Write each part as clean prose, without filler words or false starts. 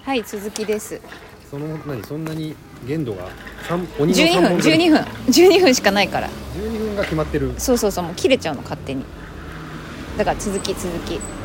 はい続きです。 そんなに限度が鬼の 12分12分しかないから 12分が決まってる。 そうもう切れちゃうの勝手に。だから続きなんだっ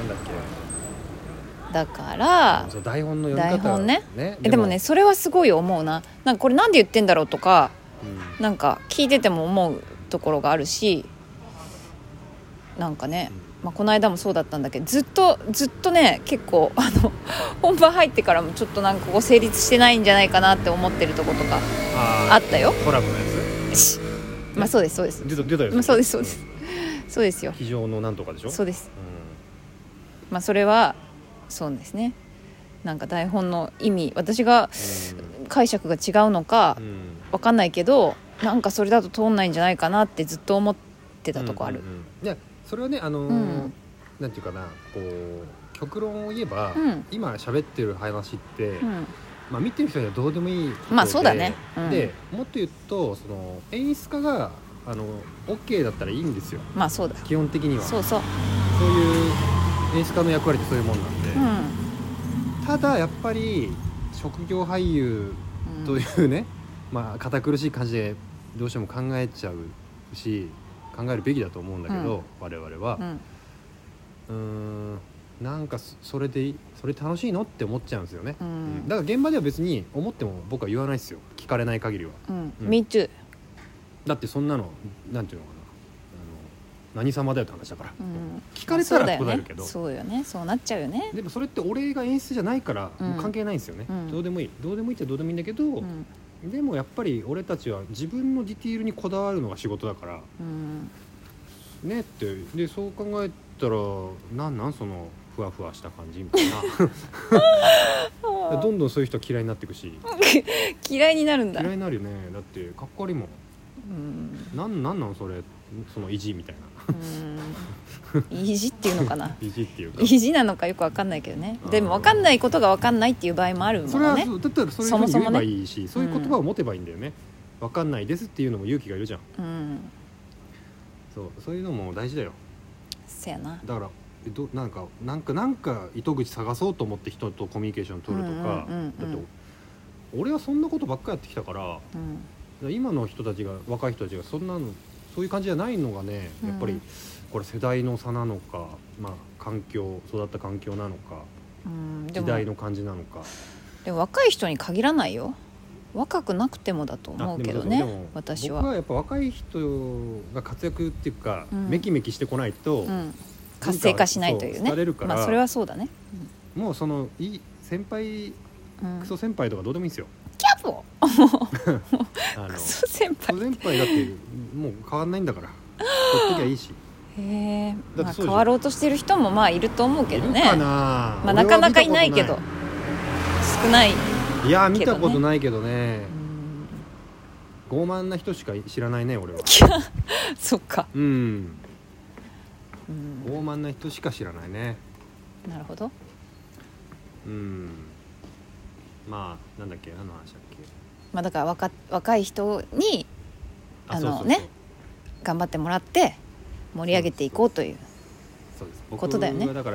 け。 だからそう台本の読み方台本ねでもねそれはすごい思うな。なんかこれなんで言ってんだろうとか、なんか聞いてても思うところがあるし、なんかね、この間もそうだったんだけどずっとね結構本番入ってからもちょっとなんかここ成立してないんじゃないかなって思ってるとことかあったよ。 トラブのやつ。 そうです出たよ。 そうですよ。 非常のなんとかでしょ。 そうです。それはそうですね。なんか台本の意味私が解釈が違うのか分かんないけど、なんかそれだと通んないんじゃないかなってずっと思ってたとこある。 いやそれはねなんていうかな、こう極論を言えば、今喋ってる話って、見てる人にはどうでもいいで、 そうだね、 でもっと言うとその演出家がOK だったらいいんですよ。 そうだ基本的にはそういう演出家の役割ってそういうもんなんで、ただやっぱり職業俳優というね、堅苦しい感じでどうしても考えちゃうし考えるべきだと思うんだけど、我々は、なんかそれ楽しいのって思っちゃうんですよね。だから現場では別に思っても僕は言わないですよ、聞かれない限りは。 Me too。 だってそんなのなんていうのかな、何様だよって話だから、聞かれたら答えるけど、 そうよね、そうなっちゃうよね。 でもそれって俺が演出じゃないから、もう関係ないんですよね。どうでもいいってどうでもいいんだけど、でもやっぱり俺たちは自分のディティールにこだわるのが仕事だから、ねってでそう考えたらなんそのふわふわした感じみたいなどんどんそういう人は嫌いになっていくし嫌いになるんだ。 嫌いになるよね。だってかっこ悪いもん。なんそれその意地みたいな意地っていうのかな意地っていうか意地なのかよく分かんないけどね。でも分かんないことが分かんないっていう場合もあるものね。 それはだったらそれを言えばいいし、そういう言葉を持てばいいんだよね。分かんないですっていうのも勇気がいるじゃん。そういうのも大事だよ。 せやな。 だからなんか糸口探そうと思って人とコミュニケーション取るとか、だって俺はそんなことばっかやってきたから、今の人たちが若い人たちがそういう感じじゃないのがね、やっぱりこれ世代の差なのか、育った環境なのか、時代の感じなのか。 でも若い人に限らないよ。若くなくてもだと思うけどね。私は僕はやっぱ若い人が活躍っていうか、メキメキしてこないと、 活性化しないというね。それはそうだね。 もうその先輩、クソ先輩とかどうでもいいんですよ。 キャポクソ先輩だってもう変わんないんだからほっときゃいいし。 変わろうとしてる人もいると思うけどね。 いるかな、 なかなかいないけど、少ない。 いや見たことないけどね。傲慢な人しか知らないね俺はそっか。 傲慢な人しか知らないね。 なるほど。 なんだっけ、何の話だっけ。 だから若い人に頑張ってもらって盛り上げていこうということだよね。 僕はだから、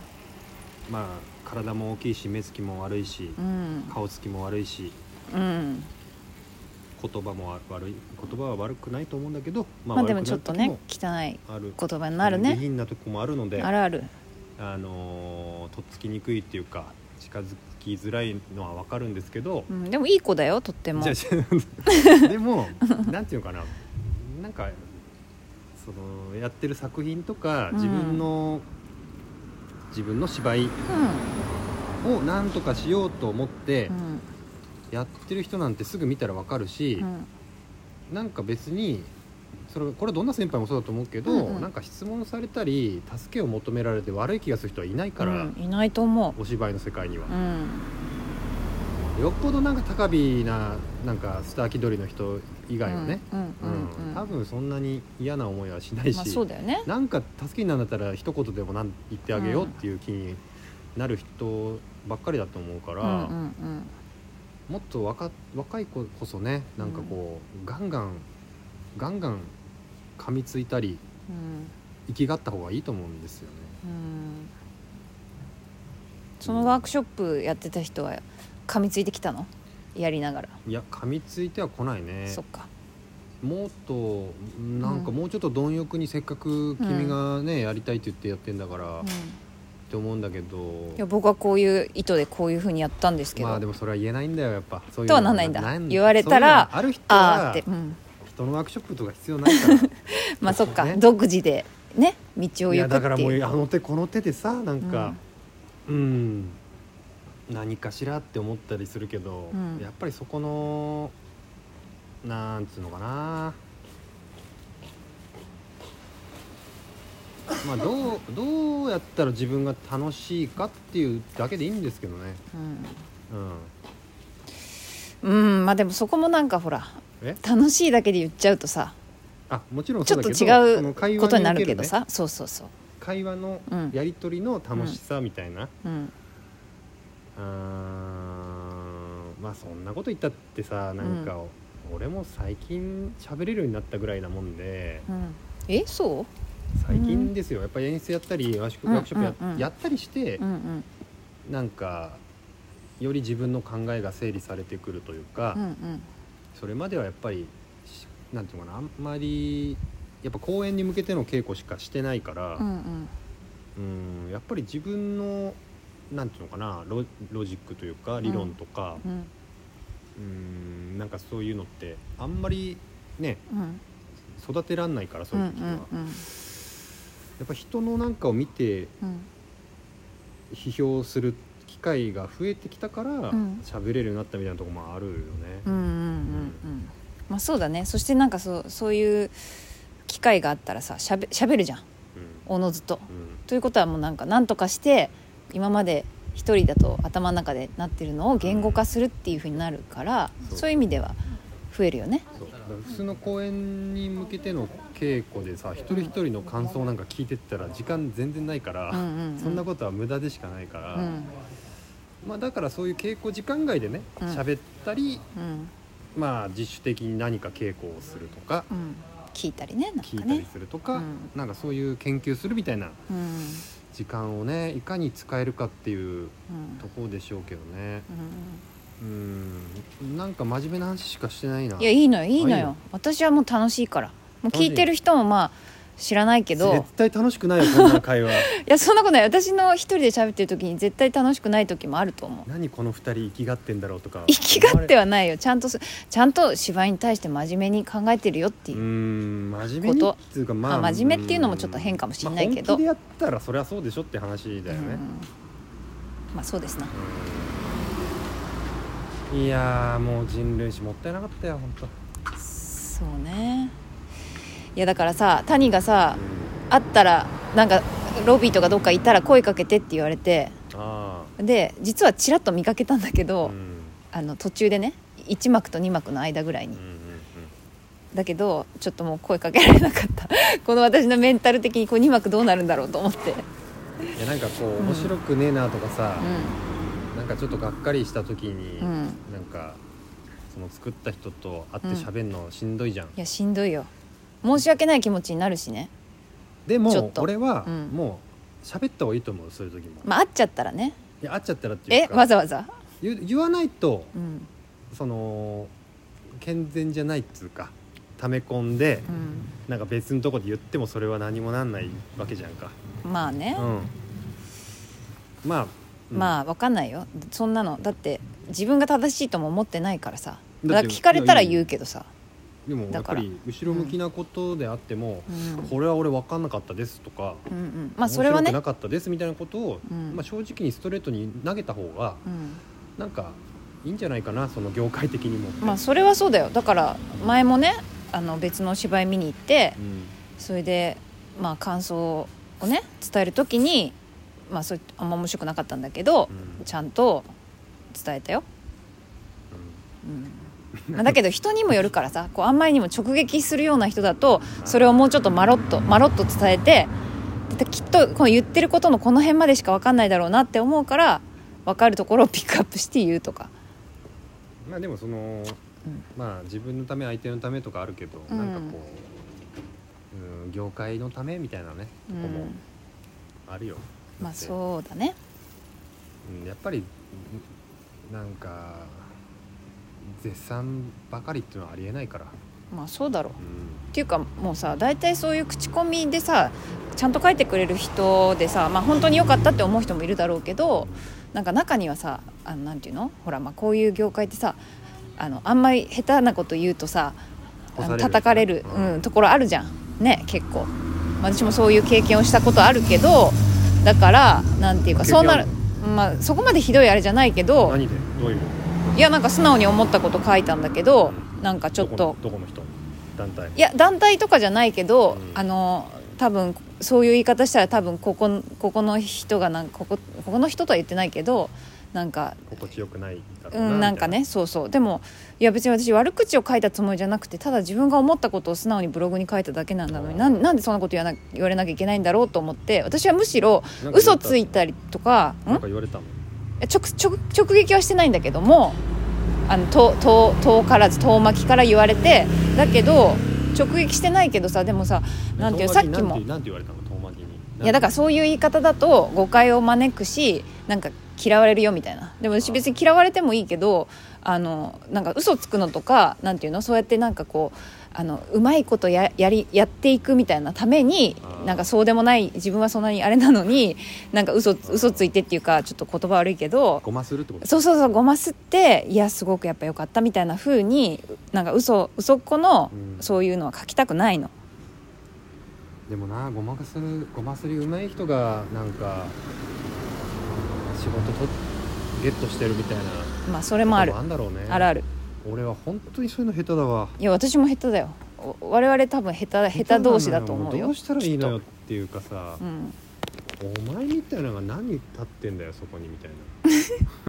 体も大きいし目つきも悪いし、顔つきも悪いし、言葉は悪くないと思うんだけど、 でもちょっとね汚い言葉になるね。 下品なとこもあるので、 あるとっつきにくいっていうか近づきづらいのは分かるんですけど、 でもいい子だよとっても。 でもなんていうのかな、なんかそのやってる作品とか、自分の芝居をなんとかしようと思ってやってる人なんてすぐ見たら分かるし、なんか別にこれどんな先輩もそうだと思うけど、なんか質問されたり助けを求められて悪い気がする人はいないから、 いないと思う。 お芝居の世界には、よっぽどなんか高飛ななんかスター気取りの人以外はね、多分そんなに嫌な思いはしないし、 そうだよね。なんか助けになるんだったら一言でも言ってあげようっていう気になる人ばっかりだと思うから、もっと若い子こそね、なんかこう、ガンガン噛みついたり、生きがった方がいいと思うんですよね。 そのワークショップやってた人は噛みついてきたの？やりながら。 いや噛みついては来ないね。 そっか。 もっとなんかもうちょっと貪欲にせっかく君がね、やりたいって言ってやってんだから、って思うんだけど、 いや僕はこういう意図でこういう風にやったんですけど、 まあでもそれは言えないんだよやっぱ。そういうとはなんないんだ。言われたらある人はあーって、 人のワークショップとか必要ないからまあそっか、 ね、 独自でね道を行くっていう。 いやだからもうあの手この手でさなんか何かしらって思ったりするけど、やっぱりそこのなんつうのかな、まあどうやったら自分が楽しいかっていうだけでいいんですけどね。 まあでもそこもなんかほら楽しいだけで言っちゃうとさ、 もちろんちょっと違うことになるけどさ、そう会話のやり取りの楽しさみたいな、まあそんなこと言ったってさ、なんか俺も最近喋れるようになったぐらいなもんで、 そう最近ですよ。やっぱり演出やったりワークショップやったりして、なんかより自分の考えが整理されてくるというか、それまではやっぱりなんていうのかな、あんまりやっぱ公演に向けての稽古しかしてないから、やっぱり自分のなんていうのかな、ロジックというか理論とか、なんかそういうのってあんまりね、育てらんないから、そういう時は、やっぱ人のなんかを見て批評する機会が増えてきたから喋れるようになったみたいなところもあるよね。 まあそうだね。そしてなんかそういう機会があったらさ、しゃべるじゃん、おのずと、ということはもうなんとかして今まで一人だと頭の中でなってるのを言語化するっていう風になるから、そういう意味では増えるよね。 普通の公演に向けての稽古でさ、一人一人の感想なんか聞いてったら時間全然ないから、そんなことは無駄でしかないから、まあだからそういう稽古時間外でね喋ったり、まあ自主的に何か稽古をするとか、 聞いたりね、 聞いたりするとか、なんかそういう研究するみたいな時間をねいかに使えるかっていうところでしょうけどね。なんか真面目な話しかしてないな。 いやいいのよ私はもう楽しいから。もう聞いてる人もまあ知らないけど絶対楽しくないよこんな会話いやそんなことない。私の一人で喋ってる時に絶対楽しくない時もあると思う。 何この二人生きがってんだろうとか。 生きがってはないよ。ちゃんと芝居に対して真面目に考えてるよっていう真面目にっていうか、 真面目っていうのもちょっと変かもしれないけど、 本気でやったらそりゃそうでしょって話だよね。 まあそうですな。 いやもう人類史もったいなかったよ本当。 そうね。いやだからさ、谷がさ、会ったらなんかロビーとかどっかいたら声かけてって言われて、で実はちらっと見かけたんだけど、途中でね1幕と2幕の間ぐらいに、だけどちょっともう声かけられなかったこの私のメンタル的にこう2幕どうなるんだろうと思って。 いやなんかこう面白くねえなとかさ、なんかちょっとがっかりした時に、なんかその作った人と会って喋るのしんどいじゃん。 いやしんどいよ。申し訳ない気持ちになるしね。 でも俺はもう喋った方がいいと思う、そういう時も。 まあ会っちゃったらね。 いや会っちゃったらっていうか、 わざわざ言わないと、その健全じゃないっつうか、溜め込んで、なんか別のとこで言ってもそれは何もなんないわけじゃんか。 まあね、 まあ分かんないよそんなの。だって自分が正しいとも思ってないからさ。だから聞かれたら言うけどさ。 でもやっぱり後ろ向きなことであっても、これは俺分かんなかったですとか、 まあそれはね、 面白くなかったですみたいなことを、正直にストレートに投げた方が、なんかいいんじゃないかな、その業界的にも。 まあそれはそうだよ。だから前もね別の芝居見に行って、それでまあ感想をね伝えるときに、まあそれあんま面白くなかったんだけど、ちゃんと伝えたよ。だけど人にもよるからさ、こうあんまりにも直撃するような人だとそれをもうちょっとマロッと伝えて、きっとこの言ってることのこの辺までしか分かんないだろうなって思うから、分かるところをピックアップして言うとか。 まあでもその、まあ自分のため相手のためとかあるけど、なんかこう、業界のためみたいなねとこもあるよ。 まあそうだね。 やっぱりなんか絶賛ばかりっていうのはありえないから、 まあそうだろう、っていうかもうさ大体そういう口コミでさちゃんと書いてくれる人でさ、まあ本当に良かったって思う人もいるだろうけど、なんか中にはさなんていうの、ほらまあこういう業界ってさあんまり下手なこと言うとさ叩かれる、ところあるじゃんね、結構。私もそういう経験をしたことあるけど、だからなんていうかそうなる、まあそこまでひどいあれじゃないけど。 何でどういういやなんか素直に思ったこと書いたんだけど、なんかちょっとどこの人団体、 いや団体とかじゃないけど、多分そういう言い方したら多分ここの人がここの人とは言ってないけど、なんか心地よくないだろうな、 なんかね、そうそう。でもいや別に私悪口を書いたつもりじゃなくて、ただ自分が思ったことを素直にブログに書いただけなんだのに、なんでそんなこと言われなきゃいけないんだろうと思って、私はむしろ嘘ついたりとか、 なんか言われたの？ 直撃はしてないんだけども、遠巻きから言われて、だけど直撃してないけどさ、でもさ、なんていうさっきもなんて言われたの？遠巻きに。 いやだからそういう言い方だと誤解を招くし、なんか嫌われるよみたいな。でも私別に嫌われてもいいけど、なんか嘘つくのとか、なんていうの、そうやってなんかこううまいことやっていくみたいなために、なんかそうでもない自分はそんなにあれなのに、なんか嘘ついてっていうか、ちょっと言葉悪いけどごまするってこと？ そうごますって、いやすごくやっぱ良かったみたいな風に、なんか嘘っ子のそういうのは書きたくないの。 でもな、ごますりうまい人がなんか仕事ゲットしてるみたいな、 まあそれもある。 あんだろうね。 ある。 俺は本当にそういうの下手だわ。 いや私も下手だよ。我々多分下手同士だと思うよ。 どうしたらいいのよっていうかさ、 うん、 お前みたいなのが何立ってんだよそこにみたいな